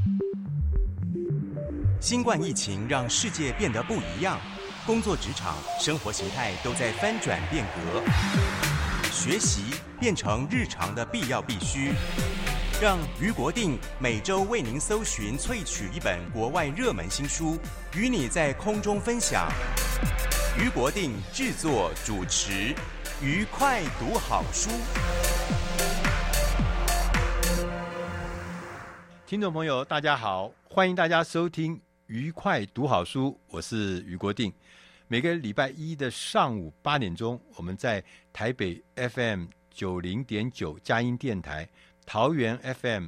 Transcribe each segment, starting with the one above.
新冠疫情让世界变得不一样，工作职场、生活形态都在翻转变革，学习变成日常的必要必须。让余国定每周为您搜寻萃取一本国外热门新书，与你在空中分享。余国定制作主持，愉快读好书。 听众朋友大家好，欢迎大家收听愉快读好书，我是余国定。每个礼拜一的上午8点钟，我们在台北 FM 90.9佳音电台、桃园 FM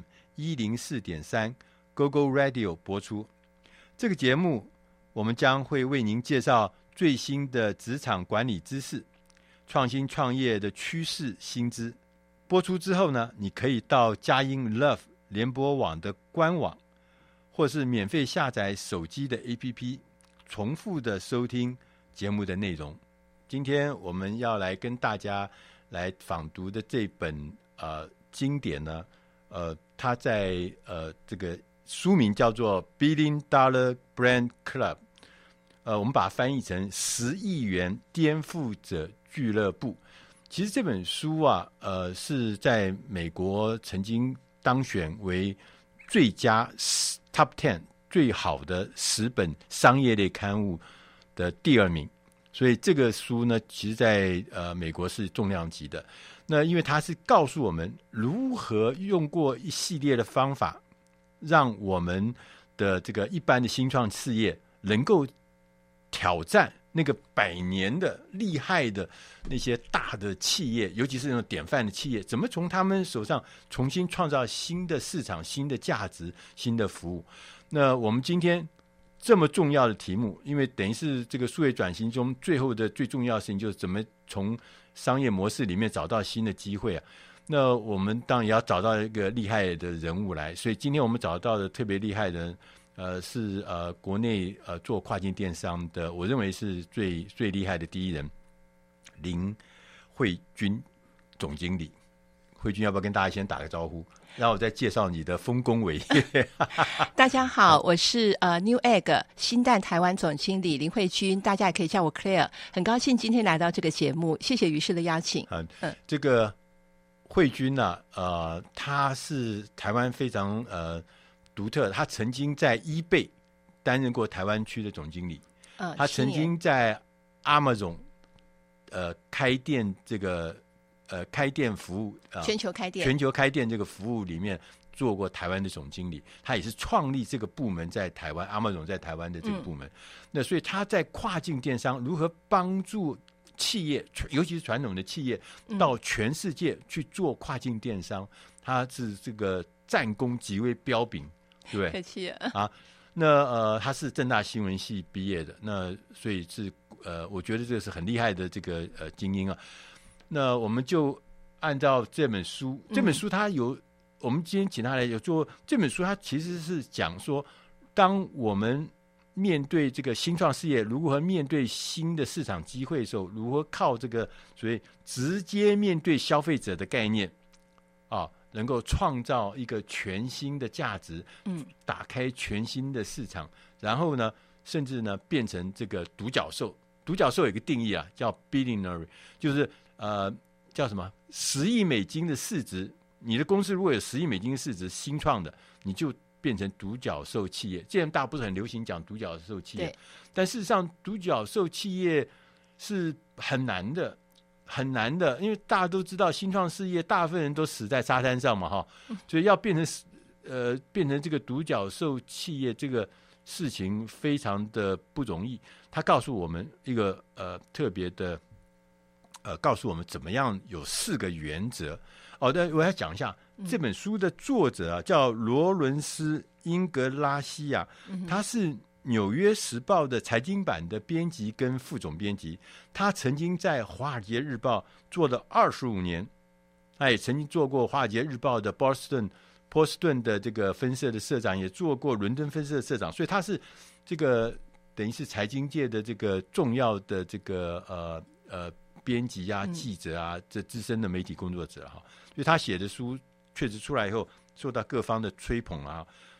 104.3 GoGo Radio 播出。这个节目我们将会为您介绍最新的职场管理知识、创新创业的趋势新知。播出之后呢，你可以到佳音 Love 联播网的官网，或是免费下载手机的 APP， 重复的收听节目的内容。今天我们要来跟大家来访读的这本经典呢，它在这个书名叫做 Billion Dollar Brand Club， 我们把它翻译成10亿元颠覆者俱乐部。其实这本书啊，是在美国曾经当选为最佳 Top 10最好的10本商业类刊物的第2名，所以这个书呢，其实在美国是重量级的。那因为它是告诉我们如何用过一系列的方法，让我们的这个一般的新创事业能够挑战那个100年的厉害的那些大的企业，尤其是那种典范的企业，怎么从他们手上重新创造新的市场、新的价值、新的服务。那我们今天这么重要的题目，因为等于是这个数位转型中最后的最重要的事情，就是怎么从商业模式里面找到新的机会啊。那我们当然也要找到一个厉害的人物来，所以今天我们找到的特别厉害的人，是国内做跨境电商的，我认为是最厉害的第一人，林慧君总经理。慧君要不要跟大家先打个招呼，然后我再介绍你的丰功伟业？ 大家好，我是New Egg 新蛋台湾总经理林慧君，大家也可以叫我 Claire。很高兴今天来到这个节目，谢谢于师的邀请。 这个慧君呢，他是台湾非常独特，他曾经在 eBay 担任过台湾区的总经理，他曾经在 Amazon 开店这个开店服务全球开店这个服务里面做过台湾的总经理，他也是创立这个部门在台湾 Amazon 在台湾的这个部门。那所以他在跨境电商如何帮助企业，尤其是传统的企业到全世界去做跨境电商，他是这个战功极为彪炳，对不对？ 客气啊。那他是政大新闻系毕业的，那所以是我觉得这个是很厉害的这个精英啊。那我们就按照这本书，它有我们今天请他来有做这本书，它其实是讲说，当我们面对这个新创事业如何面对新的市场机会的时候，如何靠这个所谓直接面对消费者的概念啊，能够创造一个全新的价值，打开全新的市场，然后呢，甚至呢变成这个独角兽。独角兽有一个定义啊，叫 billionaire， 就是叫什么10亿美金的市值，你的公司如果有10亿美金的市值，新创的，你就变成独角兽企业。现在大家不是很流行讲独角兽企业，但事实上独角兽企业是很难的，因为大家都知道新创事业大部分人都死在沙滩上嘛，哈，所以要变成这个独角兽企业，这个事情非常的不容易。他告诉我们一个特别的告诉我们怎么样有4个原则。但我要讲一下这本书的作者啊，叫罗伦斯·英格拉西亚，他是纽约时报的财经版的编辑跟副总编辑，他曾经在华尔街日报做了25年，他也曾经做过华尔街日报的波士顿的这个分社的社长，也做过伦敦分社的社长，所以他是这个等于是财经界的这个重要的这个编辑啊、记者啊，这资深的媒体工作者哈，所以他写的书确实出来以后受到各方的吹捧啊，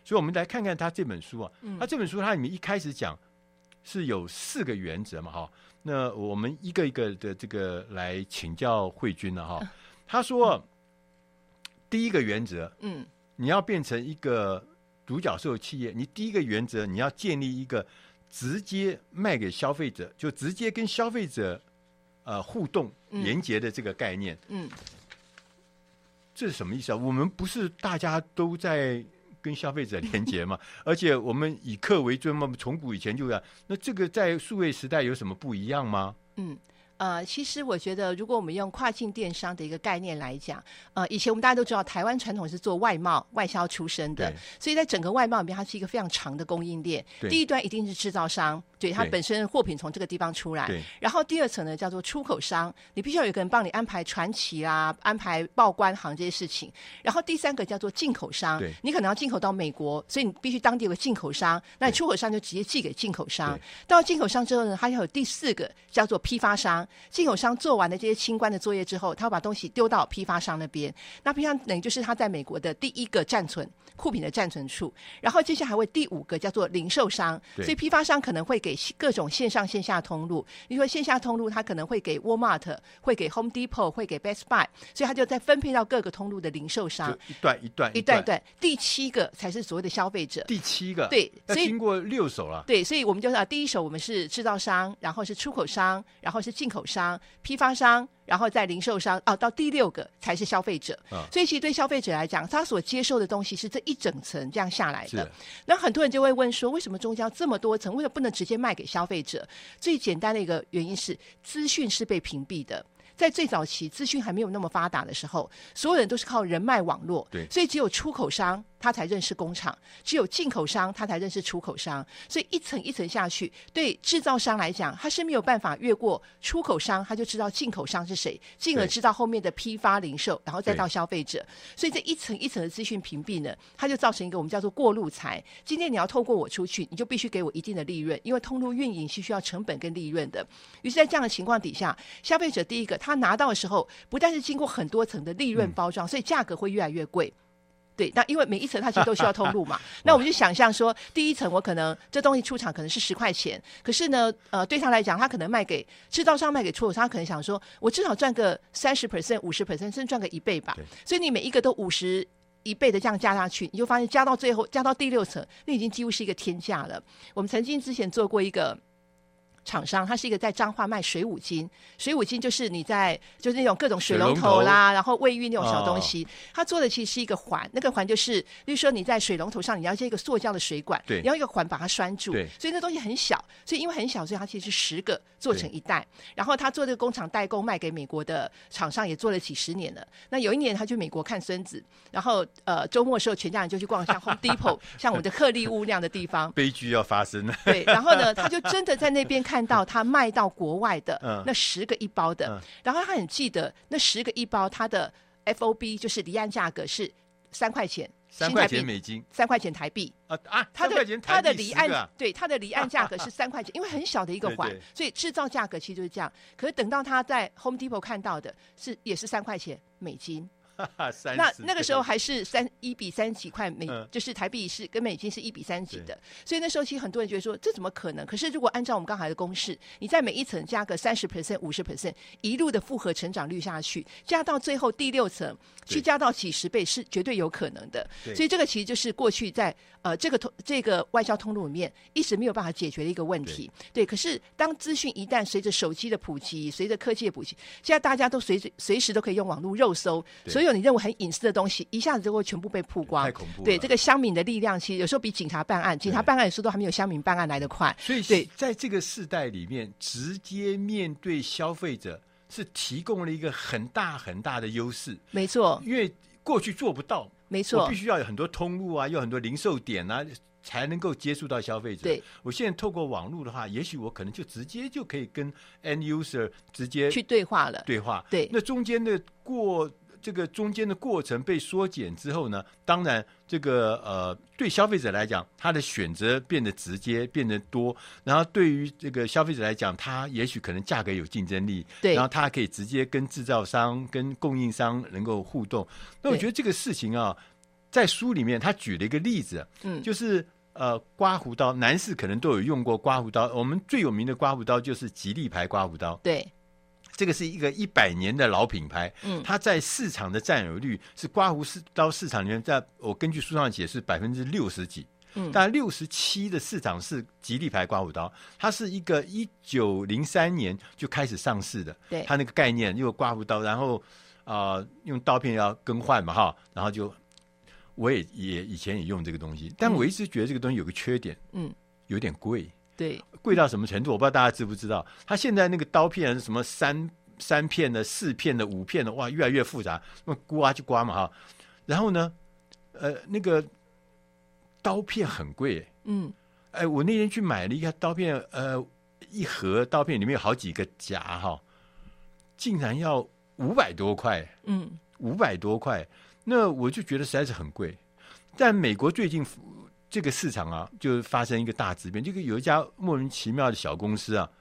所以我们来看看他这本书啊，他这本书它里面一开始讲是有4个原则嘛，哈。那我们一个一个的这个来请教慧君了哈。他说，第一个原则，你要变成一个独角兽企业，你第一个原则你要建立一个直接卖给消费者，就直接跟消费者互动连结的这个概念。这是什么意思啊？我们不是大家都在跟消费者连结嘛？而且我们以客为尊嘛，从古以前就这样。那这个在数位时代有什么不一样吗？ 其实我觉得，如果我们用跨境电商的一个概念来讲，以前我们大家都知道，台湾传统是做外贸、外销出身的，所以在整个外贸里面，它是一个非常长的供应链。第一端一定是制造商，对，它本身货品从这个地方出来，然后第二层呢叫做出口商，你必须要有一个人帮你安排传奇啦、安排报关行这些事情。然后第三个叫做进口商，你可能要进口到美国，所以你必须当地有个进口商，那你出口商就直接寄给进口商。到进口商之后呢，它要有第4个叫做批发商。进口商做完了这些清关的作业之后，他会把东西丢到批发商那边，那批发商等于就是他在美国的第1个暂存库品的暂存处，然后接下来还会第5个叫做零售商，所以批发商可能会给各种线上线下通路，比如说线下通路他可能会给 Walmart， 会给 Home Depot， 会给 Best Buy， 所以他就再分配到各个通路的零售商， 就一段， 第7个才是所谓的消费者， 第7个对，所以经过6手了， 对，所以我们就是第1手我们是制造商，然后是出口商，然后是进口商、批发商，然后再零售商，到第6个才是消费者。所以其实对消费者来讲，他所接受的东西是这一整层这样下来的。那很多人就会问说，为什么中间要这么多层？为什么不能直接卖给消费者？最简单的一个原因是，资讯是被屏蔽的。在最早期资讯还没有那么发达的时候，所有人都是靠人脉网络，所以只有出口商他才认识工厂，只有进口商他才认识出口商，所以一层一层下去，对制造商来讲，他是没有办法越过出口商，他就知道进口商是谁，进而知道后面的批发零售，然后再到消费者。所以这一层一层的资讯屏蔽呢，它就造成一个我们叫做过路财。今天你要透过我出去，你就必须给我一定的利润，因为通路运营是需要成本跟利润的。于是在这样的情况底下，消费者第一个他拿到的时候，不但是经过很多层的利润包装，所以价格会越来越贵。对，那因为每一层它其实都需要通路嘛，那我们就想象说，第一层我可能这东西出厂可能是10块钱，可是呢，对他来讲，他可能卖给制造商、卖给出口商，他可能想说，我至少赚个30%、50%，甚至赚个1倍吧。所以你每一个都51倍的这样加下去，你就发现加到最后，加到第6层，那已经几乎是一个天价了。我们曾经之前做过一个厂商，他是一个在彰化卖水五金，水五金就是你在就是那种各种水龙头啦，然后卫浴那种小东西，他做的其实是一个环，那个环就是比如说你在水龙头上你要接一个塑胶的水管，你要一个环把它拴住，所以那东西很小，所以因为很小，所以它其实是10个做成一袋，然后他做这个工厂代工卖给美国的厂商也做了几10年了。那有一年他去美国看孙子，然后周末的时候全家人就去逛像 Home Depot 像我们的克利屋那样的地方， 悲剧要发生了。 对，然后呢他就真的在那边看到他卖到国外的那10个1包的，然后他很记得那10个1包它的 FOB 就是离岸价格是3块钱 ，3块钱美金 ，3块钱台币它的离岸对它的离岸价格是3块钱，因为很小的一个环，所以制造价格其实就是这样。可是等到他在 Home Depot 看到的也是3块钱美金。那个时候还是1比30几块就是台币是跟美金是1比30几的，所以那时候其实很多人觉得说这怎么可能？可是如果按照我们刚才的公式，你在每一层加个30%、50%，一路的复合成长率下去，加到最后第6层去加到几10倍是绝对有可能的。所以这个其实就是过去在这个外销通路里面一直没有办法解决的一个问题。对，可是当资讯一旦随着手机的普及，随着科技的普及，现在大家都随时都可以用网络肉搜，所以你认为很隐私的东西一下子就会全部被曝光， 太恐怖了。 对，这个乡民的力量其实有时候比警察办案的时候都还没有乡民办案来得快。 所以在这个世代里面，直接面对消费者是提供了一个很大很大的优势。 没错， 因为过去做不到。没错， 我必须要有很多通路啊，有很多零售点啊，才能够接触到消费者。 对， 我现在透过网络的话，也许我可能就直接就可以跟 end user 直接去对话了。对， 那中间的过程被缩减之后呢，当然这个对消费者来讲，他的选择变得直接，变得多，然后对于这个消费者来讲，他也许可能价格有竞争力， 对， 然后他可以直接跟制造商、跟供应商能够互动。那我觉得这个事情啊， 在书里面他举了一个例子，就是刮胡刀，男士可能都有用过刮胡刀。我们最有名的刮胡刀就是吉利牌刮胡刀， 对，这个是一个100年的老品牌，它在市场的占有率是刮胡刀市场里面，我根据书上写是60%几，但67%的市场是吉利牌刮胡刀，它是一个1903年就开始上市的， 对， 它那个概念用刮胡刀，然后用刀片要更换嘛哈，然后就。我也以前也用这个东西，但我一直觉得这个东西有个缺点，有点贵， 对， 贵到什么程度？我不知道大家知不知道。它现在那个刀片是什么3片的、4片的、5片的，哇，越来越复杂，那刮就刮嘛哈。然后呢，那个刀片很贵，我那天去买了一个刀片，一盒刀片里面有好几个夹哈，竟然要500多块，500多块。那我就觉得实在是很贵，但美国最近这个市场啊，就发生一个大质变。这个有一家莫名其妙的小公司啊，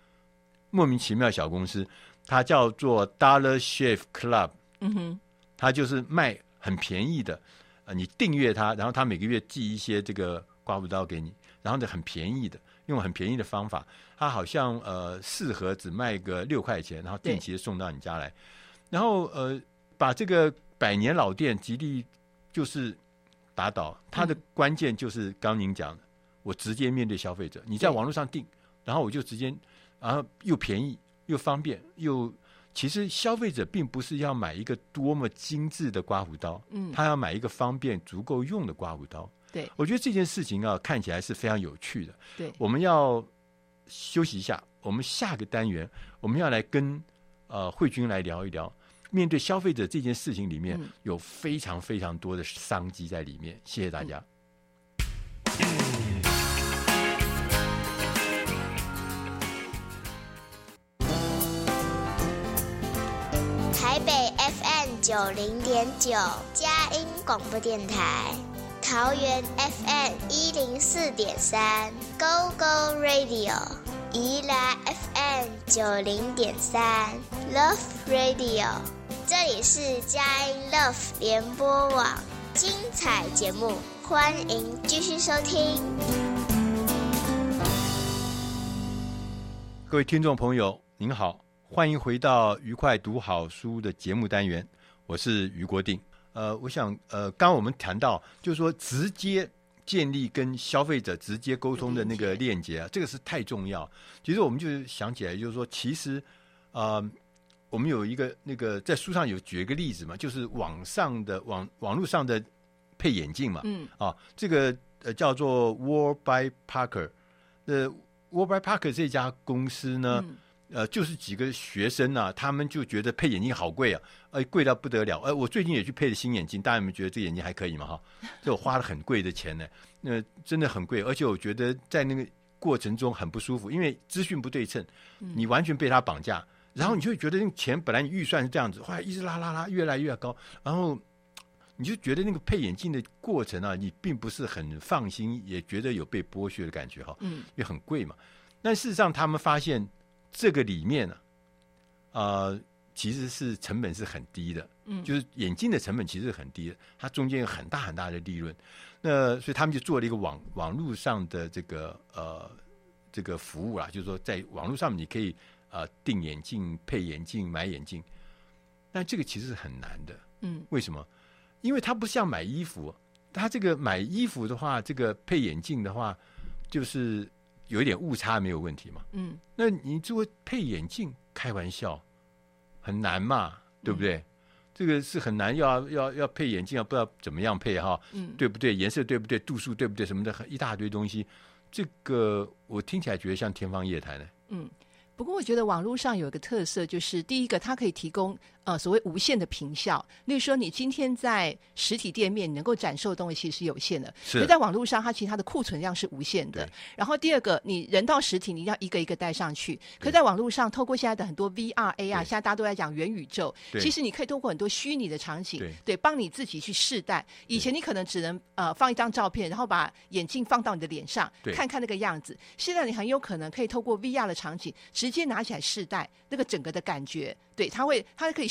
它叫做 Dollar Shave Club，它就是卖很便宜的，你订阅它，然后它每个月寄一些这个刮胡刀给你，然后呢很便宜的，用很便宜的方法，它好像4盒只卖个6块钱，然后定期的送到你家来，然后把这个100年老店吉利就是打倒，它的关键就是刚您讲的，我直接面对消费者，你在网络上订，然后我就直接，然后又便宜又方便又，其实消费者并不是要买一个多么精致的刮胡刀，他要买一个方便足够用的刮胡刀。 对， 我觉得这件事情啊，看起来是非常有趣的。 对， 我们要休息一下，我们下个单元我们要来跟慧君来聊一聊。面对消费者这件事情里面，有非常非常多的商机在里面。谢谢大家。 台北 FM90.9 佳音广播电台，桃园 FM104.3 Go Go Radio， 宜兰 FM90.3 Love Radio。这里是佳音 Love 联播网，精彩节目，欢迎继续收听。 各位听众朋友，您好，欢迎回到愉快读好书的节目单元，我是余国定。我想刚刚我们谈到，就是说直接建立跟消费者直接沟通的那个链接啊，这个是太重要。其实我们就想起来，就是说，其实我们有一个那个在书上有举一个例子嘛，就是网络上的配眼镜嘛，这个叫做 Warby Parker。Warby Parker 这家公司呢，就是几个学生啊，他们就觉得配眼镜好贵啊，贵到不得了。我最近也去配了新眼镜，大家有没有觉得这眼镜还可以嘛？哈，这我花了很贵的钱呢，真的很贵，而且我觉得在那个过程中很不舒服，因为资讯不对称，你完全被他绑架。然后你就会觉得那个钱本来你预算是这样子，后来一直拉越来越高，然后你就觉得那个配眼镜的过程啊，你并不是很放心，也觉得有被剥削的感觉哈，因为很贵嘛。但事实上他们发现这个里面呢，其实是成本是很低的，就是眼镜的成本其实是很低的，它中间有很大很大的利润。那所以他们就做了一个网络上的这个服务啦，就是说在网络上你可以订眼镜、配眼镜、买眼镜，但这个其实是很难的。为什么？因为它不像买衣服，它这个买衣服的话，这个配眼镜的话，就是有一点误差没有问题嘛。那你做配眼镜，开玩笑，很难嘛，对不对？这个是很难，要配眼镜，不知道怎么样配哈，对不对？颜色对不对？度数对不对？什么的，一大堆东西，这个我听起来觉得像天方夜谭呢。 不过我觉得网络上有一个特色，就是第一个，它可以提供所谓无限的坪效。例如说，你今天在实体店面你能够展售的东西其实是有限的，所以在网络上，它其实它的库存量是无限的。然后第二个，你人到实体，你要一个一个带上去。可在网络上，透过现在的很多 VR、AR， 现在大家都在讲元宇宙，其实你可以透过很多虚拟的场景，对，帮你自己去试戴。以前你可能只能放一张照片，然后把眼镜放到你的脸上，看看那个样子。现在你很有可能可以透过 VR 的场景，直接拿起来试戴，那个整个的感觉，对，它可以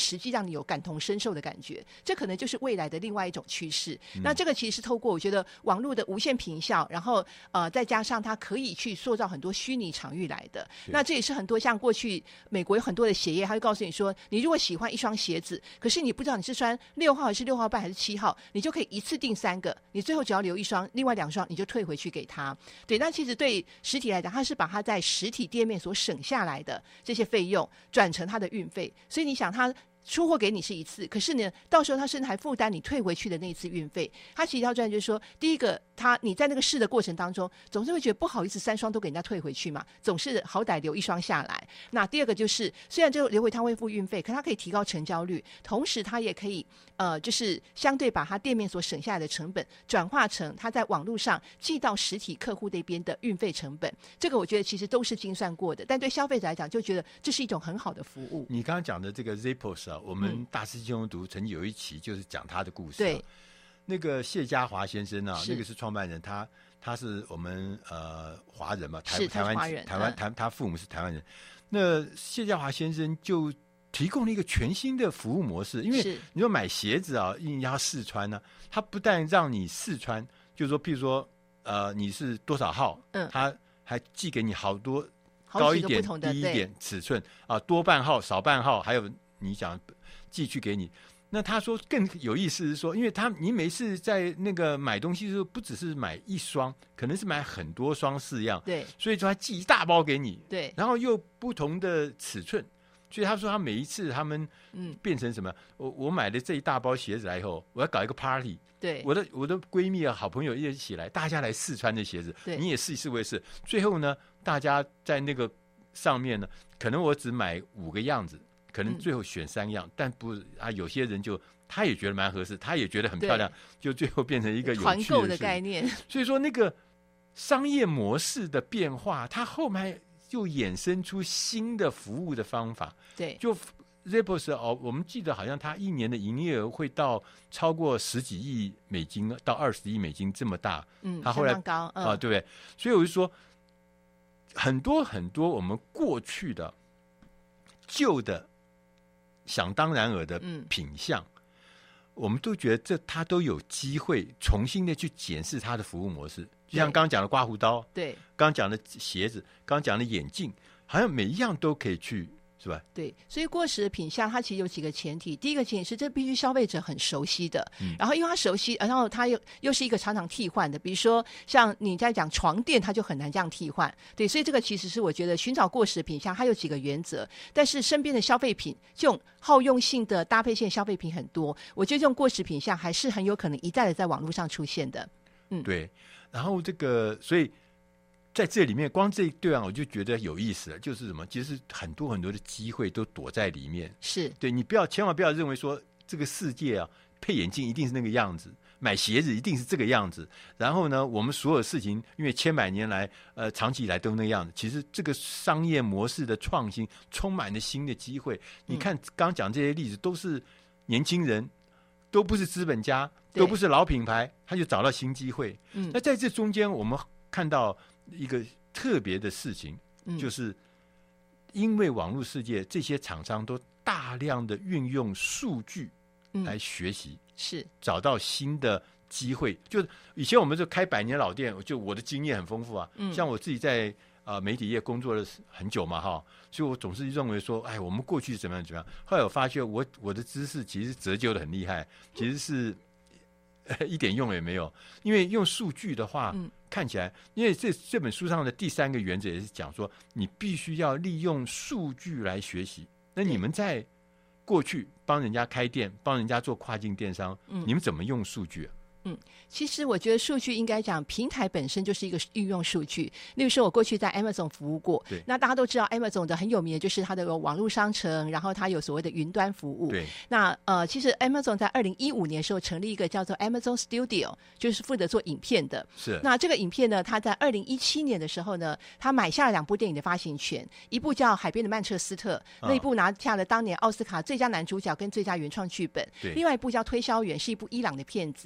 实际让你有感同身受的感觉，这可能就是未来的另外一种趋势。那这个其实是透过我觉得网络的无限频效，然后再加上它可以去塑造很多虚拟场域来的。那这也是很多像过去美国有很多的鞋业，他会告诉你说，你如果喜欢一双鞋子，可是你不知道你是穿6号还是6号半还是7号，你就可以一次订3个，你最后只要留1双，另外2双你就退回去给他。对，那其实对实体来讲，它是把它在实体店面所省下来的这些费用转成它的运费，所以你想它出货给你是一次，可是呢，到时候他甚至还负担你退回去的那一次运费。他其实要赚就是说，第一个，你在那个试的过程当中，总是会觉得不好意思3双都给人家退回去嘛，总是好歹留1双下来。那第二个就是，虽然这个留回他会付运费，可他可以提高成交率，同时他也可以就是相对把他店面所省下来的成本转化成他在网络上寄到实体客户那边的运费成本。这个我觉得其实都是精算过的，但对消费者来讲，就觉得这是一种很好的服务。 你刚刚讲的这个 Zappos 我们大师金融读曾经有一期就是讲他的故事。 对， 那个谢家华先生那个是创办人，他是我们华人嘛，台湾人，他父母是台湾人。那谢家华先生就提供了一个全新的服务模式，因为你说买鞋子你要试穿呢，他不但让你试穿，就是说，譬如说你是多少号，他还寄给你好多高一点、低一点尺寸多半号、少半号，还有你想寄去给你。那他说更有意思是说，因为你每次在那个买东西的时候，不只是买1双，可能是买很多双式样， 对， 所以说他寄一大包给你， 对，然后又不同的尺寸，所以他说他每一次他们变成什么？我买了这一大包鞋子来以后，我要搞一个 party， 对， 我的闺蜜好朋友一起来，大家来试穿的鞋子，你也试一试，我也试，最后呢，大家在那个上面呢，可能我只买5个样子。可能最后选3样，但不有些人他也觉得蛮合适，他也觉得很漂亮，就最后变成一个有趣的团购的概念。 所以说那个商业模式的变化，它后面就衍生出新的服务的方法。 对， 就 Zappos 我们记得好像他1年的营业额会到超过10几亿美金到20亿美金这么大。他后来相当高对不对？所以我就说，很多很多我们过去的旧的。想当然尔的品项，我们都觉得它都有机会重新的去检视它的服务模式。就像刚刚讲的刮胡刀， 对， 刚刚讲的鞋子，刚刚讲的眼镜，好像每一样都可以去，是吧？ 对，所以过时的品项它其实有几个前提。第一个前提是这必须消费者很熟悉的，然后因为他熟悉，然后他又是一个常常替换的，比如说像你在讲床垫，它就很难这样替换。对，所以这个其实是我觉得寻找过时的品项，它有几个原则。但是身边的消费品这种好用性的搭配性消费品很多，我觉得这种过时品项还是很有可能一再的在网络上出现的。 对，然后这个所以。在这里面，光这一段我就觉得有意思了，就是什么？其实很多很多的机会都躲在里面。 是对你千万不要认为说这个世界配眼镜一定是那个样子，买鞋子一定是这个样子。然后呢，我们所有事情因为千百年来长期以来都那个样子。其实这个商业模式的创新充满了新的机会。你看刚讲这些例子，都是年轻人，都不是资本家，都不是老品牌，他就找到新机会。那在这中间，我们看到一个特别的事情，就是因为网络世界，这些厂商都大量的运用数据来学习， 是找到新的机会。就是以前我们就开100年老店，就我的经验很丰富像我自己在媒体业工作了很久嘛所以我总是认为说，我们过去怎么样。后来我发现我的知识其实折旧的很厉害，其实是一点用也没有。因为用数据的话，看起来，因为这本书上的第3个原则也是讲说，你必须要利用数据来学习。那你们在过去帮人家开店，帮人家做跨境电商，你们怎么用数据其实我觉得数据应该讲平台本身就是一个运用数据。例如说我过去在 Amazon 服务过，那大家都知道 Amazon 的很有名的就是它的网络商城，然后它有所谓的云端服务。 对， 那其实 Amazon 在2015年的时候成立一个叫做 Amazon Studio， 就是负责做影片的。 是。 那这个影片呢，它在2017年的时候呢，它买下了2部电影的发行权，一部叫《海边的曼彻斯特》，那一部拿下了当年奥斯卡最佳男主角跟最佳原创剧本。 对。 另外一部叫《推销员》，是一部伊朗的片子，他拿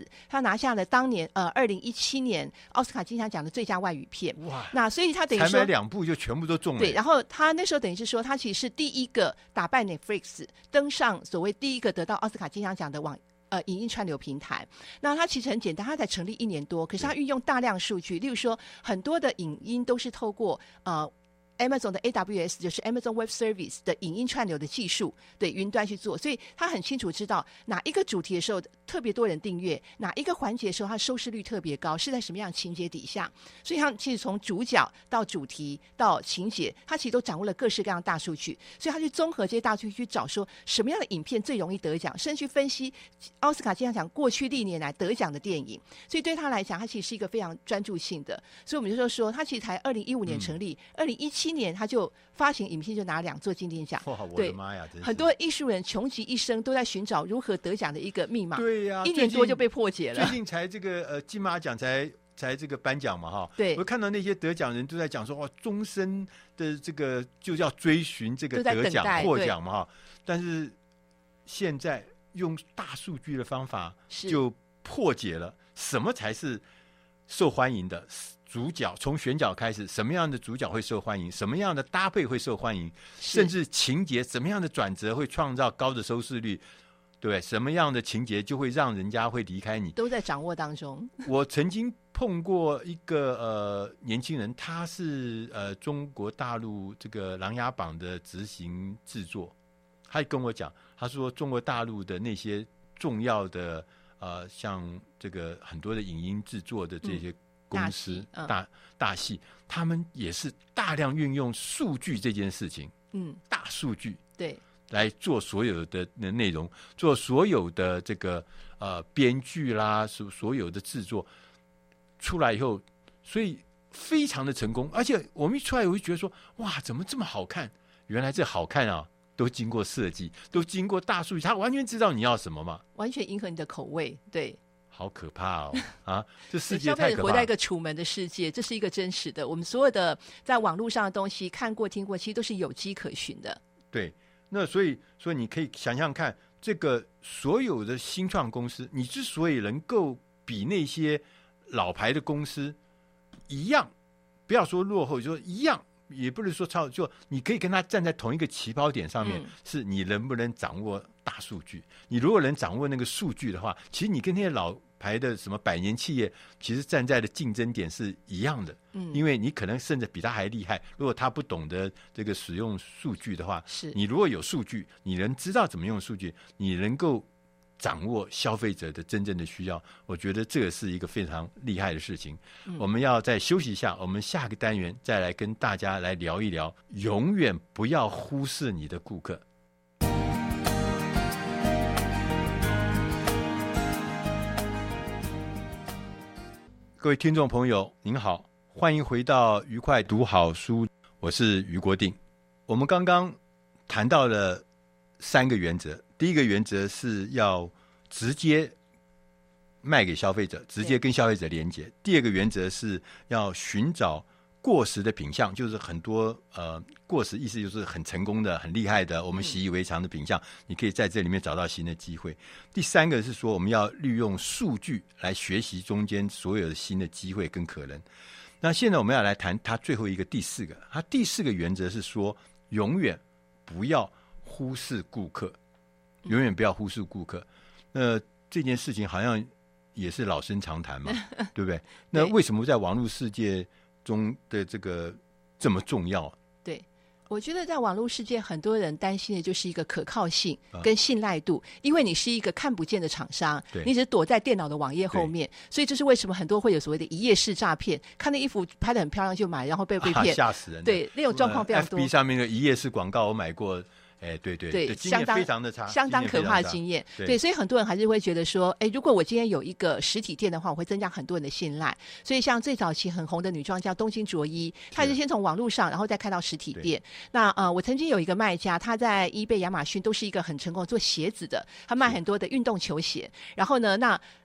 拿下了当年2017年奥斯卡金像奖的最佳外语片。 哇！ 那所以他等于说才买2部就全部都中了。 对，然后他那时候等于是说，他其实是第一个打败 Netflix 登上所谓第一个得到奥斯卡金像奖的影音串流平台。那它其实很简单，它才成立1年多，可是它运用大量数据，例如说很多的影音都是透过Amazon 的 AWS 就是 Amazon Web Service 的影音串流的技术，对云端去做，所以他很清楚知道哪一个主题的时候特别多人订阅，哪一个环节的时候它收视率特别高，是在什么样的情节底下。所以他其实从主角到主题到情节，他其实都掌握了各式各样的大数据，所以他去综合这些大数据去找说什么样的影片最容易得奖，甚至去分析奥斯卡金像奖过去历年来得奖的电影。所以对他来讲，他其实是一个非常专注性的。所以我们就说他其实才2015年成立，2017年他就发行影片就拿2座金鼎奖。 哇，我的妈呀！ 很多艺术人穷极一生都在寻找如何得奖的一个密码。 对呀 ，1年多就被破解了。 最近才这个金马奖才这个颁奖嘛哈。 对， 我看到那些得奖人都在讲说哇，终身的这个就要追寻这个得奖获奖嘛哈。但是现在用大数据的方法就破解了什么才是受欢迎的主角，从选角开始，什么样的主角会受欢迎，什么样的搭配会受欢迎，甚至情节什么样的转折会创造高的收视率，对，什么样的情节就会让人家会离开你， 都在掌握当中。 我曾经碰过一个年轻人，他是中国大陆这个《琅琊榜》的执行制作，他跟我讲，他说中国大陆的那些重要的像这个很多的影音制作的这些公司大戏，他们也是大量运用数据这件事情，大数据对来做所有的内容，做所有的这个编剧啦，所有的制作出来以后，所以非常的成功。而且我们一出来，我就觉得说，哇，怎么这么好看？原来这好看啊！都经过设计，都经过大数据，他完全知道你要什么嘛， 完全迎合你的口味，对。 好可怕哦！啊，这世界太可怕了。消费者活在一个楚门的世界，这是一个真实的。我们所有的在网络上的东西看过、听过，其实都是有迹可循的。 对，那所以你可以想想看，这个所有的新创公司，你之所以能够比那些老牌的公司一样，不要说落后，就说一样。也不能说就你可以跟他站在同一个起跑点上面，是你能不能掌握大数据。你如果能掌握那个数据的话，其实你跟那些老牌的什么100年企业，其实站在的竞争点是一样的。因为你可能甚至比他还厉害。如果他不懂得这个使用数据的话，你如果有数据，你能知道怎么用数据，你能够掌握消费者的真正的需要，我觉得这个是一个非常厉害的事情。我们要再休息一下，我们下个单元再来跟大家来聊一聊，永远不要忽视你的顾客。各位听众朋友您好，欢迎回到愉快读好书，我是余国定。我们刚刚谈到了3个原则，第一个原则是要直接卖给消费者，直接跟消费者连接。第二个原则是要寻找过时的品项，就是很多过时意思就是很成功的、很厉害的，我们习以为常的品项，你可以在这里面找到新的机会。第3个是说我们要利用数据来学习中间所有的新的机会跟可能。那现在我们要来谈它最后一个第4个，它第4个原则是说永远不要忽视顾客，永远不要忽视顾客。那这件事情好像也是老生常谈嘛，对不对？那为什么在网络世界中的这个这么重要？ 对，我觉得在网络世界，很多人担心的就是一个可靠性跟信赖度，因为你是一个看不见的厂商，你只是躲在电脑的网页后面，所以这是为什么很多会有所谓的一页式诈骗，看那衣服拍得很漂亮就买，然后被骗， 吓死人！ 对，那种状况非常多。 FB 上面的一页式广告我买过。对， 经验非常的差，相当可怕的经验。对，所以很多人还是会觉得说，如果我今天有一个实体店的话，我会增加很多人的信赖。所以像最早期很红的女装叫东京着衣，它是先从网络上，然后再开到实体店。那我曾经有一个卖家，他在eBay、亚马逊都是一个很成功做鞋子的，他卖很多的运动球鞋。然后呢，那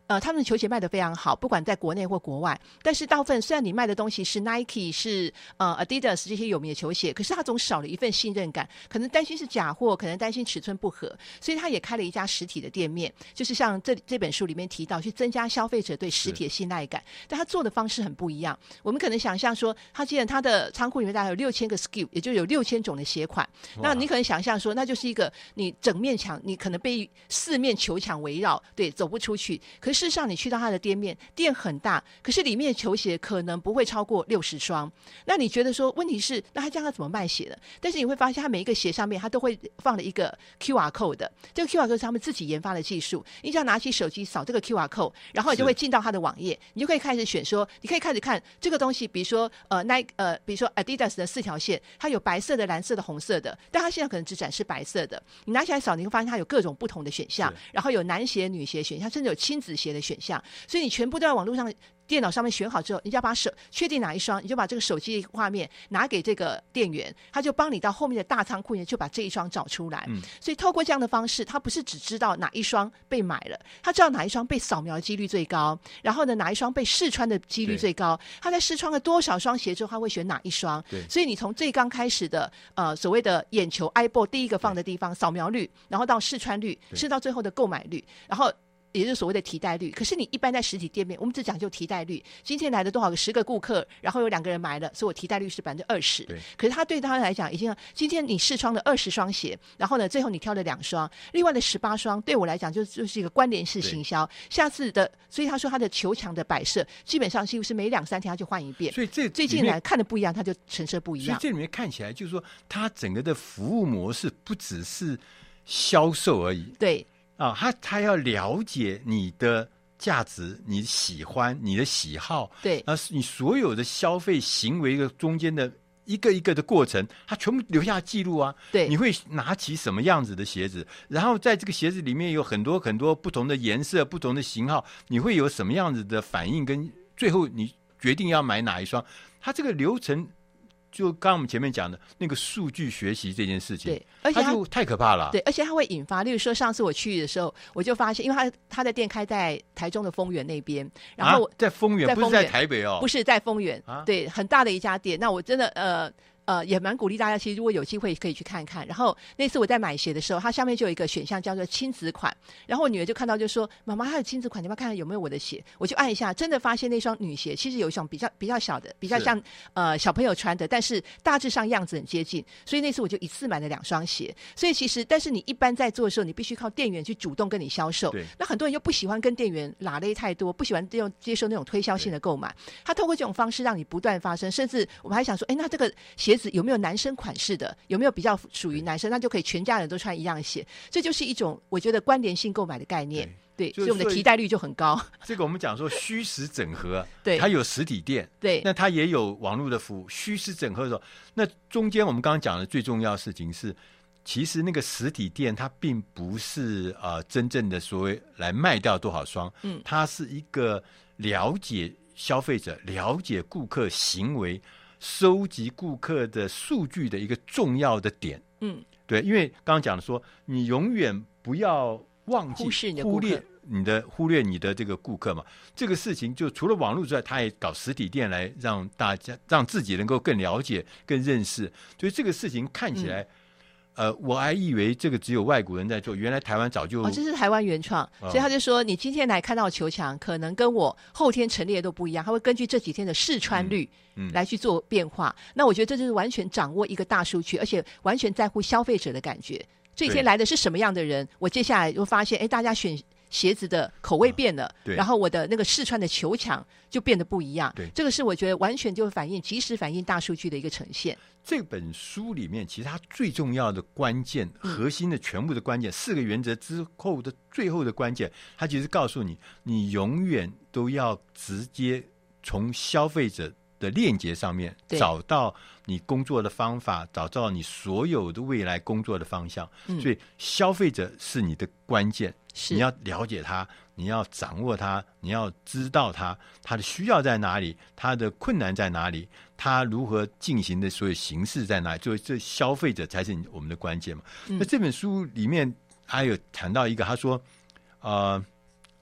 他们的球鞋卖得非常好，不管在国内或国外。但是大部分虽然你卖的东西是 Nike 是Adidas 这些有名的球鞋，可是他总少了一份信任感，可能担心是假货，可能担心尺寸不合，所以他也开了一家实体的店面，就是像这本书里面提到，去增加消费者对实体的信赖感。但他做的方式很不一样。我们可能想象说，他既然他的仓库里面大概有6000个 SKU， 也就有6000种的鞋款，那你可能想象说，那就是一个你整面墙，你可能被4面球墙围绕，对，走不出去。可是事实上你去到他的店面，店很大，可是里面的球鞋可能不会超过60双。那你觉得说，问题是那他这样他怎么卖鞋的？但是你会发现他每一个鞋上面他都会放了一个 QR code 的，这个 QR code 是他们自己研发的技术，你只要拿起手机扫这个 QR code， 然后你就会进到他的网页，你就可以开始选说，你可以开始看这个东西，比如说比如说 Adidas 的4条线，它有白色的、蓝色的、红色的，但它现在可能只展示白色的。你拿起来扫，你会发现它有各种不同的选项，然后有男鞋、女鞋选项，甚至有亲子鞋的选项，所以你全部都在网络上。电脑上面选好之后，你就要把确定哪一双，你就把这个手机画面拿给这个店员，他就帮你到后面的大仓库里面就把这一双找出来。所以透过这样的方式，他不是只知道哪一双被买了，他知道哪一双被扫描的几率最高，然后呢哪一双被试穿的几率最高，他在试穿了多少双鞋之后，他会选哪一双。所以你从最刚开始的所谓的眼球 eyeball 第一个放的地方扫描率，然后到试穿率，是到最后的购买率，然后也就是所谓的提袋率。可是你一般在实体店面，我们只讲究提袋率，今天来的多少个10个顾客，然后有2个人买了，所以我提袋率是20%。可是他对他来讲，已经今天你试穿了20双鞋，然后呢最后你挑了2双，另外的18双对我来讲就是一个关联式行销。下次的，所以他说他的球场的摆设基本上几乎是每2-3天他就换一遍， 所以这最近来看的不一样，他就陈设不一样。 所以这里面看起来就是说，他整个的服务模式不只是销售而已。 对。 他要了解你的价值、你喜欢、你的喜好， 对， 你所有的消费行为的中间的一个一个的过程，他全部留下记录啊。 对， 你会拿起什么样子的鞋子，然后在这个鞋子里面有很多很多不同的颜色、不同的型号，你会有什么样子的反应，跟最后你决定要买哪一双，他这个流程。就刚刚我们前面讲的那个数据学习这件事情， 对，而且它就太可怕了。 对，而且它会引发，例如说上次我去的时候，我就发现，因为他的店开在台中的丰原那边，然后在丰原，不是在台北哦， 不是在丰原，对，很大的一家店。那我真的也蛮鼓励大家，其实如果有机会可以去看看。然后那次我在买鞋的时候，它下面就有一个选项叫做亲子款，然后我女儿就看到就说：“妈妈，它有亲子款，你要看看有没有我的鞋？”我就按一下，真的发现那双女鞋其实有一双比较小的，比较像小朋友穿的，但是大致上样子很接近。所以那次我就一次买了2双鞋。所以其实，但是你一般在做的时候，你必须靠店员去主动跟你销售。那很多人又不喜欢跟店员拉勒太多，不喜欢接受那种推销性的购买。他透过这种方式让你不断发生，甚至我们还想说，那这个鞋子有没有男生款式的，有没有比较属于男生，那就可以全家人都穿一样鞋。这就是一种我觉得关联性购买的概念。对，所以我们的提袋率就很高。 这个我们讲说虚实整合， 对， 它有实体店， 对， 那它也有网络的服务。虚实整合的时候，那中间我们刚刚讲的最重要的事情是，其实那个实体店它并不是真正的所谓来卖掉多少双，它是一个了解消费者、了解顾客行为、收集顾客的数据的一个重要的点。对，因为刚刚讲的说，你永远不要忘记忽略你的这个顾客嘛。这个事情就除了网络之外，他也搞实体店来让大家让自己能够更了解、更认识。所以这个事情看起来。我还以为这个只有外国人在做，原来台湾早就这是台湾原创，所以他就说，你今天来看到球场，可能跟我后天陈列都不一样，他会根据这几天的试穿率来去做变化。那我觉得这就是完全掌握一个大数据，而且完全在乎消费者的感觉。这一天来的是什么样的人，我接下来就发现，大家选鞋子的口味变了，然后我的那个试穿的球场就变得不一样。这个是我觉得完全就及时反映大数据的一个呈现。 这本书里面其实它最重要的关键、核心的全部的关键4个原则之后的最后的关键，它其实告诉你，你永远都要直接从消费者的链接上面找到你工作的方法，找到你所有的未来工作的方向。所以消费者是你的关键，你要了解他，你要掌握他，你要知道他的需要在哪里，他的困难在哪里，他如何进行的所有形式在哪里，所以这消费者才是我们的关键嘛。那这本书里面还有谈到一个，他说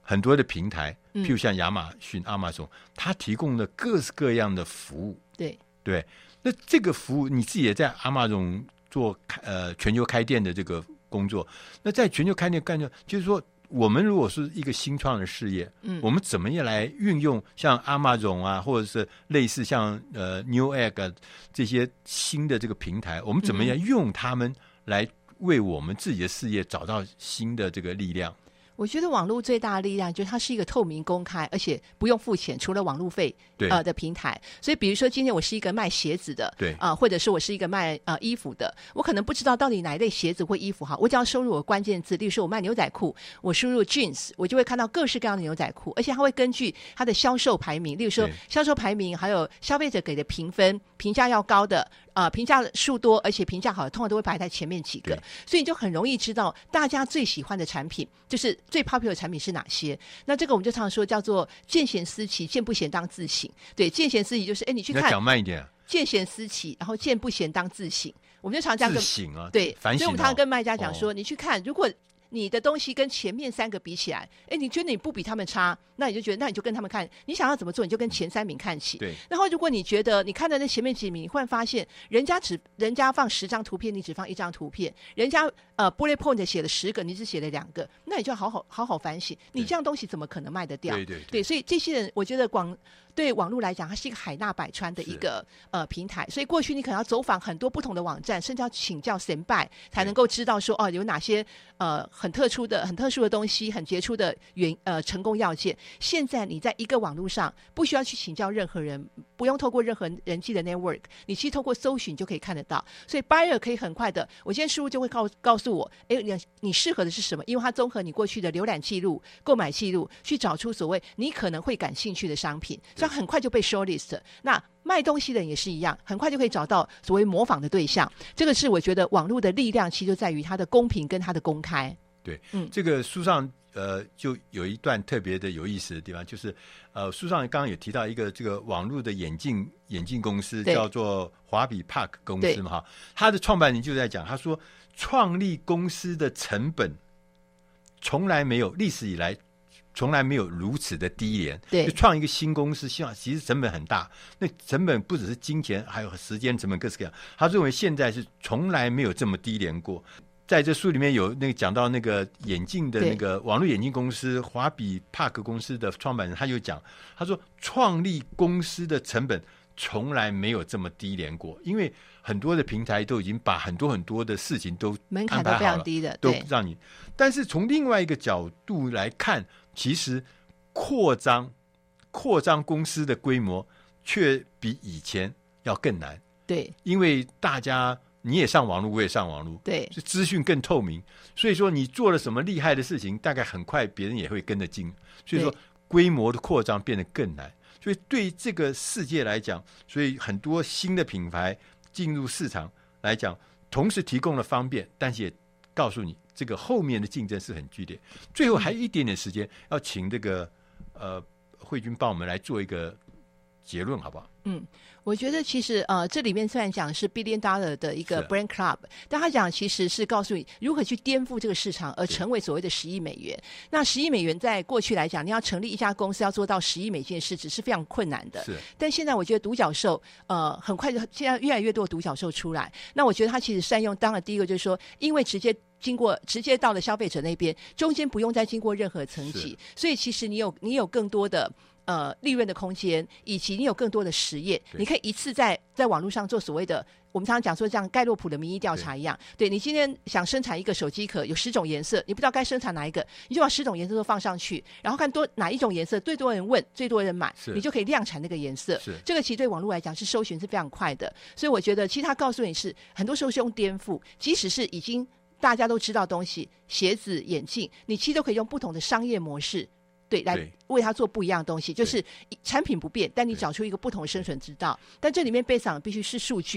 很多的平台，譬如像亚马逊、Amazon，它提供了各式各样的服务。对，那这个服务你自己也在 Amazon 做全球开店的这个工作。那在全球开店干，就是说，我们如果是一个新创的事业，我们怎么样来运用像 Amazon 啊，或者是类似像Newegg 这些新的这个平台，我们怎么样用它们来为我们自己的事业找到新的这个力量？ 我觉得网络最大的力量就是它是一个透明公开而且不用付钱，除了网络费的平台。所以比如说今天我是一个卖鞋子的， 对或者是我是一个卖衣服的，我可能不知道到底哪一类鞋子或衣服好，我只要输入我关键字，例如说我卖牛仔裤，我输入 jeans， 我就会看到各式各样的牛仔裤，而且它会根据它的销售排名，例如说销售排名还有消费者给的评分，评价要高的评价数多而且评价好的通常都会排在前面几个，所以你就很容易知道大家最喜欢的产品，就是最 popular 的产品是哪些。那这个我们就常说叫做见贤思齐，见不贤当自省。对，见贤思齐就是你去看， 你要讲慢一点， 见贤思齐，然后见不贤当自省。我们就常这样跟自省啊， 对， 反省。 所以我们常常跟卖家讲说，你去看，如果你的东西跟前面3个比起来，你觉得你不比他们差，那你就觉得那你就跟他们看，你想要怎么做你就跟前3名看齐。 对。 然后如果你觉得你看到那前面几名，你忽然发现人家放10张图片，你只放1张图片，人家bullet point 写了10个，你只写了2个，那你就要好好反省，你这样东西怎么可能卖得掉？对，所以这些人我觉得对网络来讲，它是一个海纳百川的一个平台，所以过去你可能要走访很多不同的网站，甚至要请教先拜才能够知道说有哪些很特殊的东西，很杰出的成功要件。现在你在一个网络上不需要去请教任何人，不用透过任何人际的 network， 你其实透过搜寻就可以看得到，所以 buyer 可以很快的，我今天输入就会告诉我你适合的是什么，因为它综合你过去的浏览记录、购买记录，去找出所谓你可能会感兴趣的商品，所以很快就被 shortlist。 那卖东西的人也是一样，很快就可以找到所谓模仿的对象。这个是我觉得网络的力量其实就在于它的公平跟它的公开。 对，这个书上就有一段特别的有意思的地方，就是书上刚刚有提到一个这个网络的眼镜公司叫做华比 Park 公司嘛哈，他的创办人就在讲，他说创立公司的成本从来没有历史以来从来没有如此的低廉。 对， 就创一个新公司，其实成本很大，那成本不只是金钱，还有时间成本，各式各样。他认为现在是从来没有这么低廉过。在这书里面有那个讲到那个眼镜的那个网络眼镜公司华比帕克公司的创办人，他就讲，他说创立公司的成本从来没有这么低廉过，因为很多的平台都已经把很多的事情都门槛都非常低的， 都让你。但是从另外一个角度来看，其实扩张公司的规模却比以前要更难。 对， 因为大家你也上网络，我也上网络， 对， 资讯更透明，所以说你做了什么厉害的事情，大概很快别人也会跟着进，所以说规模的扩张变得更难。所以对这个世界来讲，所以很多新的品牌进入市场来讲，同时提供了方便，但是也告诉你这个后面的竞争是很剧烈。最后还有一点点时间，要请这个慧君帮我们来做一个结论，好不好？ 我觉得其实这里面虽然讲是 $1 billion 的一个 brand club， 但他讲其实是告诉你如何去颠覆这个市场，而成为所谓的$10亿。那$10亿在过去来讲，你要成立一家公司要做到$10亿的市值是非常困难的。 是， 但现在我觉得独角兽很快就现在越来越多的独角兽出来。那我觉得他其实善用，当然第一个就是说，因为直接到了消费者那边，中间不用再经过任何层级，所以其实你有更多的利润的空间，以及你有更多的实验，你可以一次在网络上做所谓的我们常常讲说像盖洛普的民意调查一样，对，你今天想生产一个手机壳，有10种颜色，你不知道该生产哪一个，你就把10种颜色都放上去，然后看哪一种颜色最多人问，最多人买，你就可以量产那个颜色。这个其实对网络来讲是搜寻是非常快的，所以我觉得其实他告诉你是很多时候是用颠覆，即使是已经大家都知道东西，鞋子、眼镜，你其实都可以用不同的商业模式来为它做不一样的东西，就是产品不变，但你找出一个不同的生存之道。但这里面背上必须是数据，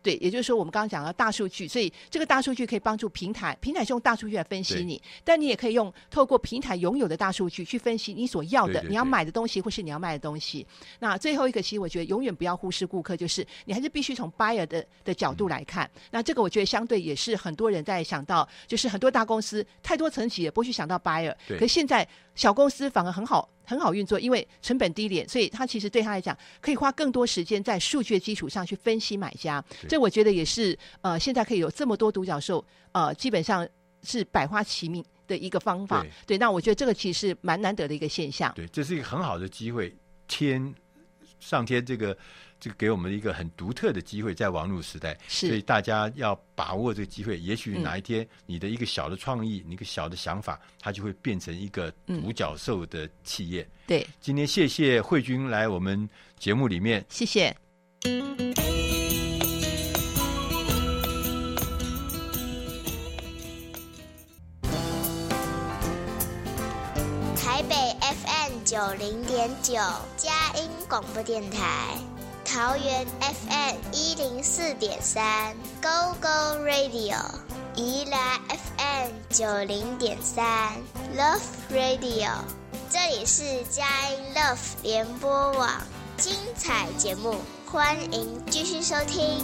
对，也就是说我们刚刚讲到大数据，所以这个大数据可以帮助平台是用大数据来分析你，但你也可以用透过平台拥有的大数据去分析你所要的，你要买的东西或是你要卖的东西。那最后一个，其实我觉得永远不要忽视顾客，就是你还是必须从 buyer 的角度来看。那这个我觉得相对也是很多人在想到，就是很多大公司太多层级也不去想到 buyer， 可是现在小公司反而很好运作，因为成本低廉，所以他其实对他来讲可以花更多时间在数据的基础上去分析买家。这我觉得也是现在可以有这么多独角兽基本上是百花齐鸣的一个方法。对，那我觉得这个其实蛮难得的一个现象。 对，这是一个很好的机会，上天这个给我们一个很独特的机会，在网络时代，所以大家要把握这个机会。也许哪一天你的一个小的创意，你一个小的想法，它就会变成一个独角兽的企业。 对， 今天谢谢慧君来我们节目里面， 谢谢。 台北 FM90.9 佳音广播电台，桃园 FM104.3 Go Go Radio， 宜兰 FM90.3 Love Radio， 这里是佳音 Love 联播网，精彩节目，欢迎继续收听。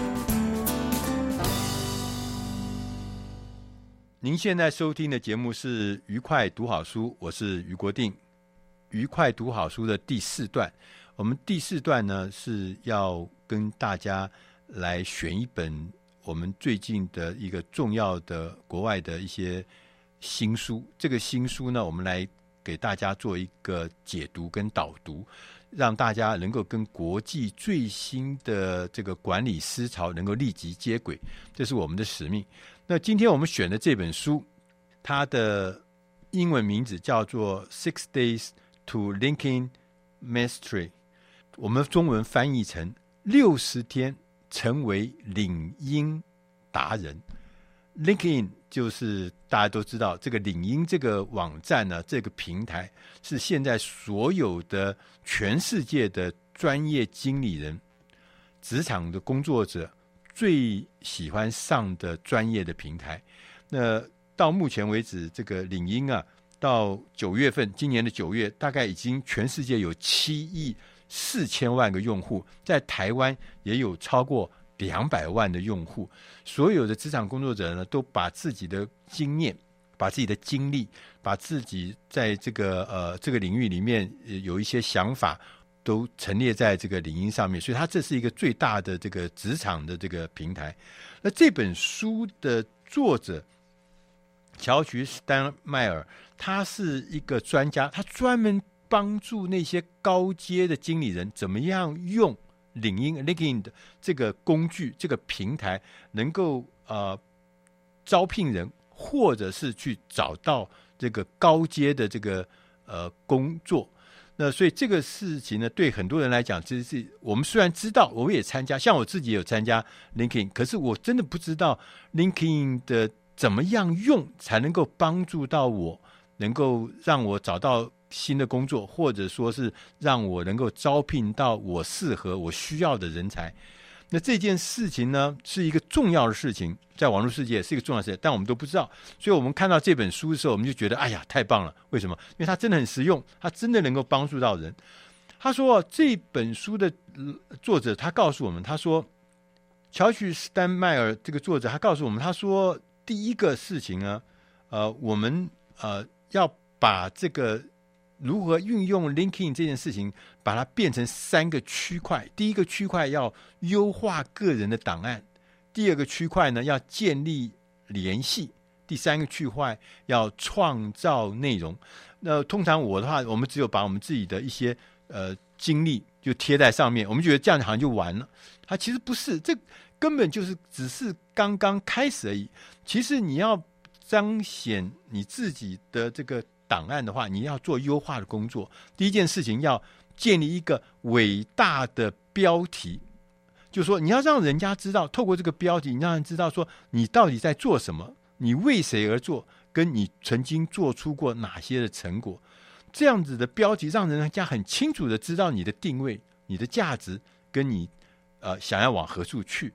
您现在收听的节目是愉快读好书，我是余国定。愉快读好书的第4段，我们第4段呢是要跟大家来选一本我们最近的一个重要的国外的一些新书。这个新书呢，我们来给大家做一个解读跟导读，让大家能够跟国际最新的这个管理思潮能够立即接轨，这是我们的使命。那今天我们选的这本书，它的英文名字叫做 Six Days to LinkedIn Mastery， 我们中文翻译成60天成为领英达人。LinkedIn 就是大家都知道，这个领英这个网站呢，这个平台是现在所有的全世界的专业经理人、职场的工作者最喜欢上的专业的平台。那到目前为止，这个领英啊，到9月份，今年的9月，大概已经全世界有7亿4千万个用户，在台湾也有超过200万的用户。所有的职场工作者呢，都把自己的经验、把自己的经历、把自己在这个领域里面有一些想法，都陈列在这个领英上面，所以它这是一个最大的这个职场的这个平台。那这本书的作者乔许·斯丹迈尔，他是一个专家，他专门帮助那些高阶的经理人怎么样用领英 LinkedIn 的这个工具、这个平台，能够招聘人，或者是去找到这个高阶的这个工作。那所以这个事情呢，对很多人来讲，其实是我们虽然知道，我也参加，像我自己也有参加 LinkedIn， 可是我真的不知道 LinkedIn 的怎么样用才能够帮助到我，能够让我找到新的工作，或者说是让我能够招聘到我适合、我需要的人才。那这件事情呢，是一个重要的事情，在网络世界是一个重要的事情，但我们都不知道。所以我们看到这本书的时候，我们就觉得哎呀，太棒了！为什么？因为它真的很实用，它真的能够帮助到人。他说这本书的作者他告诉我们，他说乔许·斯丹迈尔这个作者他告诉我们，他说第一个事情呢，我们要把这个如何运用 LinkedIn 这件事情，把它变成3个区块。第一个区块要优化个人的档案，第2个区块呢要建立联系，第3个区块要创造内容。那通常我的话，我们只有把我们自己的一些经历就贴在上面，我们觉得这样好像就完了。它其实不是，这根本就是只是刚刚开始而已。其实你要彰显你自己的这个档案的话，你要做优化的工作。第一件事情要建立一个伟大的标题，就是说你要让人家知道，透过这个标题，你让人知道说你到底在做什么，你为谁而做，跟你曾经做出过哪些的成果。这样子的标题让人家很清楚的知道你的定位、你的价值，跟你想要往何处去。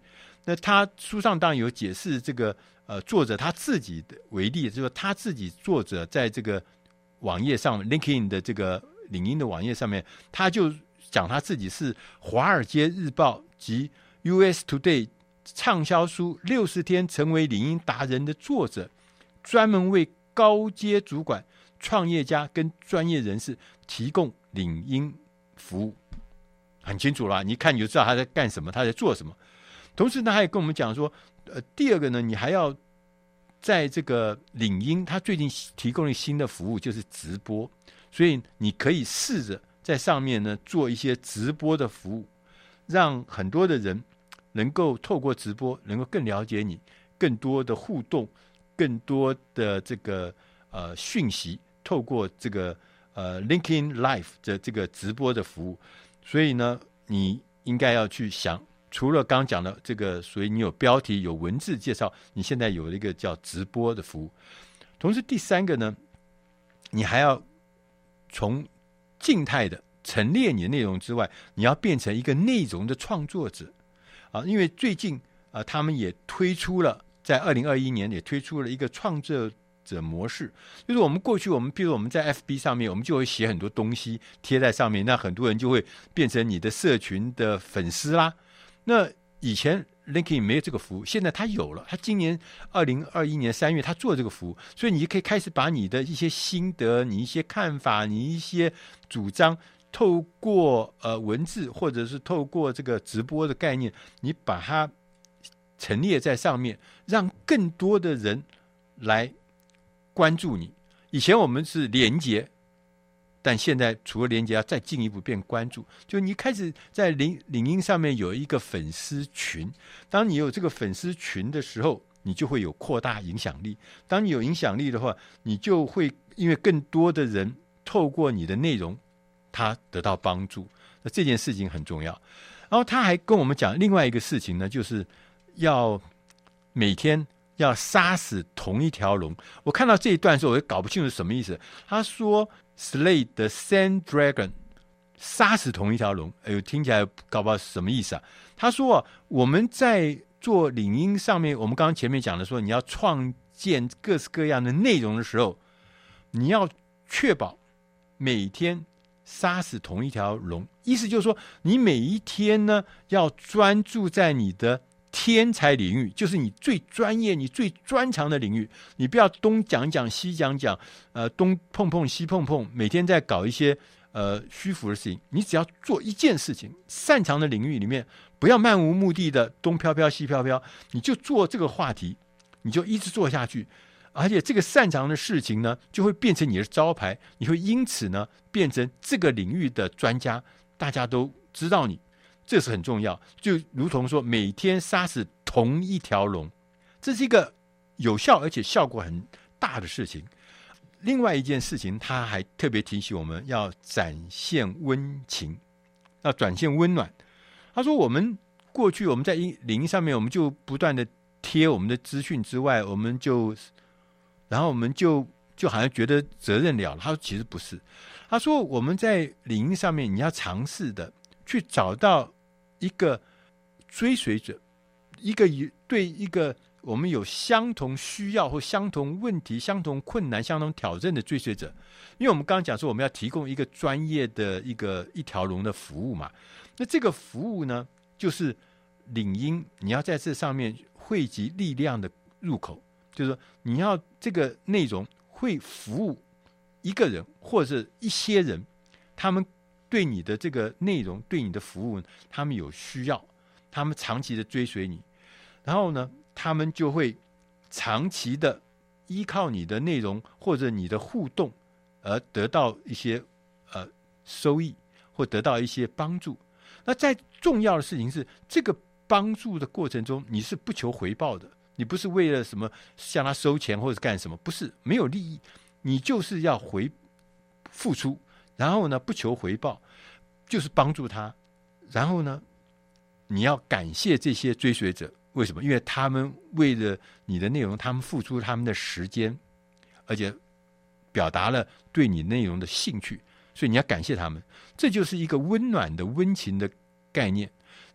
那他书上当然有解释这个作者他自己的为例，就是说他自己作者在这个网页上 LinkedIn 的这个领英的网页上面，他就讲他自己是《华尔街日报》及 US Today 畅销书60天成为领英达人的作者，专门为高阶主管、创业家跟专业人士提供领英服务。很清楚了，你一看你就知道他在干什么，他在做什么。同时呢，他也跟我们讲说，第二个呢，你还要在这个领英，他最近提供了新的服务，就是直播，所以你可以试着在上面呢做一些直播的服务，让很多的人能够透过直播，能够更了解你，更多的互动，更多的这个讯息，透过这个LinkedIn Live 的这个直播的服务。所以呢，你应该要去想，除了刚讲的这个，所以你有标题、有文字介绍，你现在有一个叫直播的服务。同时，第三个呢，你还要从静态的陈列你的内容之外，你要变成一个内容的创作者啊！因为最近他们也推出了，在2021年也推出了一个创作者模式，就是我们过去比如我们在 FB 上面，我们就会写很多东西贴在上面，那很多人就会变成你的社群的粉丝啦。那以前 LinkedIn 没有这个服务，现在它有了，它今年2021年3月它做这个服务，所以你可以开始把你的一些心得、你一些看法、你一些主张，透过文字或者是透过这个直播的概念，你把它陈列在上面，让更多的人来关注你。以前我们是连结，但现在除了连结，要再进一步变关注。就你开始在领英上面有一个粉丝群，当你有这个粉丝群的时候，你就会有扩大影响力。当你有影响力的话，你就会因为更多的人透过你的内容，他得到帮助。那这件事情很重要。然后他还跟我们讲另外一个事情呢，就是要每天要杀死同一条龙。我看到这一段的时候，我也搞不清楚什么意思。他说 Slay the same dragon， 杀死同一条龙，哎呦，听起来搞不好什么意思啊？他说我们在做领英上面，我们刚刚前面讲的说，你要创建各式各样的内容的时候，你要确保每天杀死同一条龙。意思就是说，你每一天呢，要专注在你的天才领域，就是你最专业、你最专长的领域。你不要东讲讲西讲讲，东碰碰西碰碰，每天在搞一些虚浮的事情。你只要做一件事情，擅长的领域里面，不要漫无目的的东飘飘西飘飘，你就做这个话题，你就一直做下去。而且这个擅长的事情呢，就会变成你的招牌，你会因此呢变成这个领域的专家，大家都知道你。这是很重要，就如同说每天杀死同一条龙，这是一个有效而且效果很大的事情。另外一件事情，他还特别提醒我们要展现温情，要展现温暖。他说我们过去我们在领英上面，我们就不断的贴我们的资讯之外，然后我们就好像觉得责任了。他说其实不是，他说我们在领英上面，你要尝试的去找到一个追随者，对一个我们有相同需要或相同问题、相同困难、相同挑战的追随者。因为我们刚刚讲说，我们要提供一个专业的一条龙的服务嘛。那这个服务呢，就是领英，你要在这上面汇集力量的入口，就是说你要这个内容会服务一个人或者一些人，他们对你的这个内容、对你的服务，他们有需要，他们长期的追随你，然后呢，他们就会长期的依靠你的内容或者你的互动而得到一些收益或得到一些帮助。那在重要的事情是，这个帮助的过程中，你是不求回报的，你不是为了什么向他收钱或者干什么，不是，没有利益，你就是要付出。然后呢，不求回报，就是帮助他。然后呢，你要感谢这些追随者，为什么？因为他们为了你的内容，他们付出他们的时间，而且表达了对你内容的兴趣，所以你要感谢他们。这就是一个温暖的、温情的概念。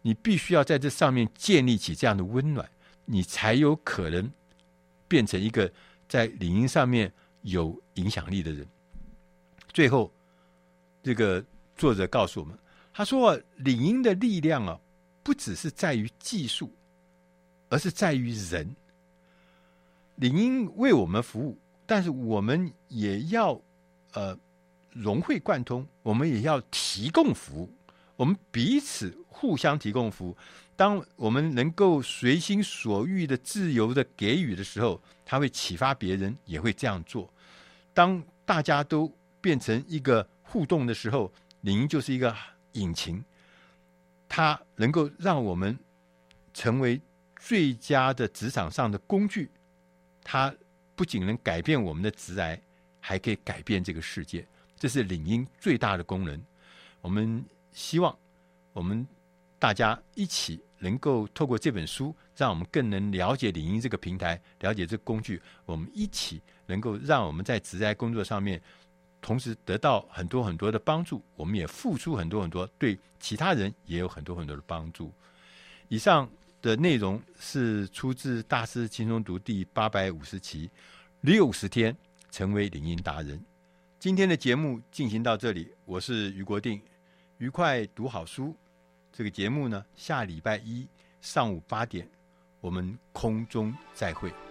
你必须要在这上面建立起这样的温暖，你才有可能变成一个在领英上面有影响力的人。最后，这个作者告诉我们，他说领英的力量啊，不只是在于技术，而是在于人。领英为我们服务，但是我们也要融会贯通，我们也要提供服务，我们彼此互相提供服务。当我们能够随心所欲的自由的给予的时候，它会启发别人也会这样做。当大家都变成一个互动的时候，领英就是一个引擎，它能够让我们成为最佳的职场上的工具。它不仅能改变我们的职涯，还可以改变这个世界，这是领英最大的功能。我们希望我们大家一起能够透过这本书，让我们更能了解领英这个平台，了解这个工具，我们一起能够让我们在职涯工作上面同时得到很多很多的帮助，我们也付出很多很多，对其他人也有很多很多的帮助。以上的内容是出自大师轻松读第850期，60天成为领英达人。今天的节目进行到这里，我是余国定，愉快读好书。这个节目呢，下礼拜一上午8点，我们空中再会。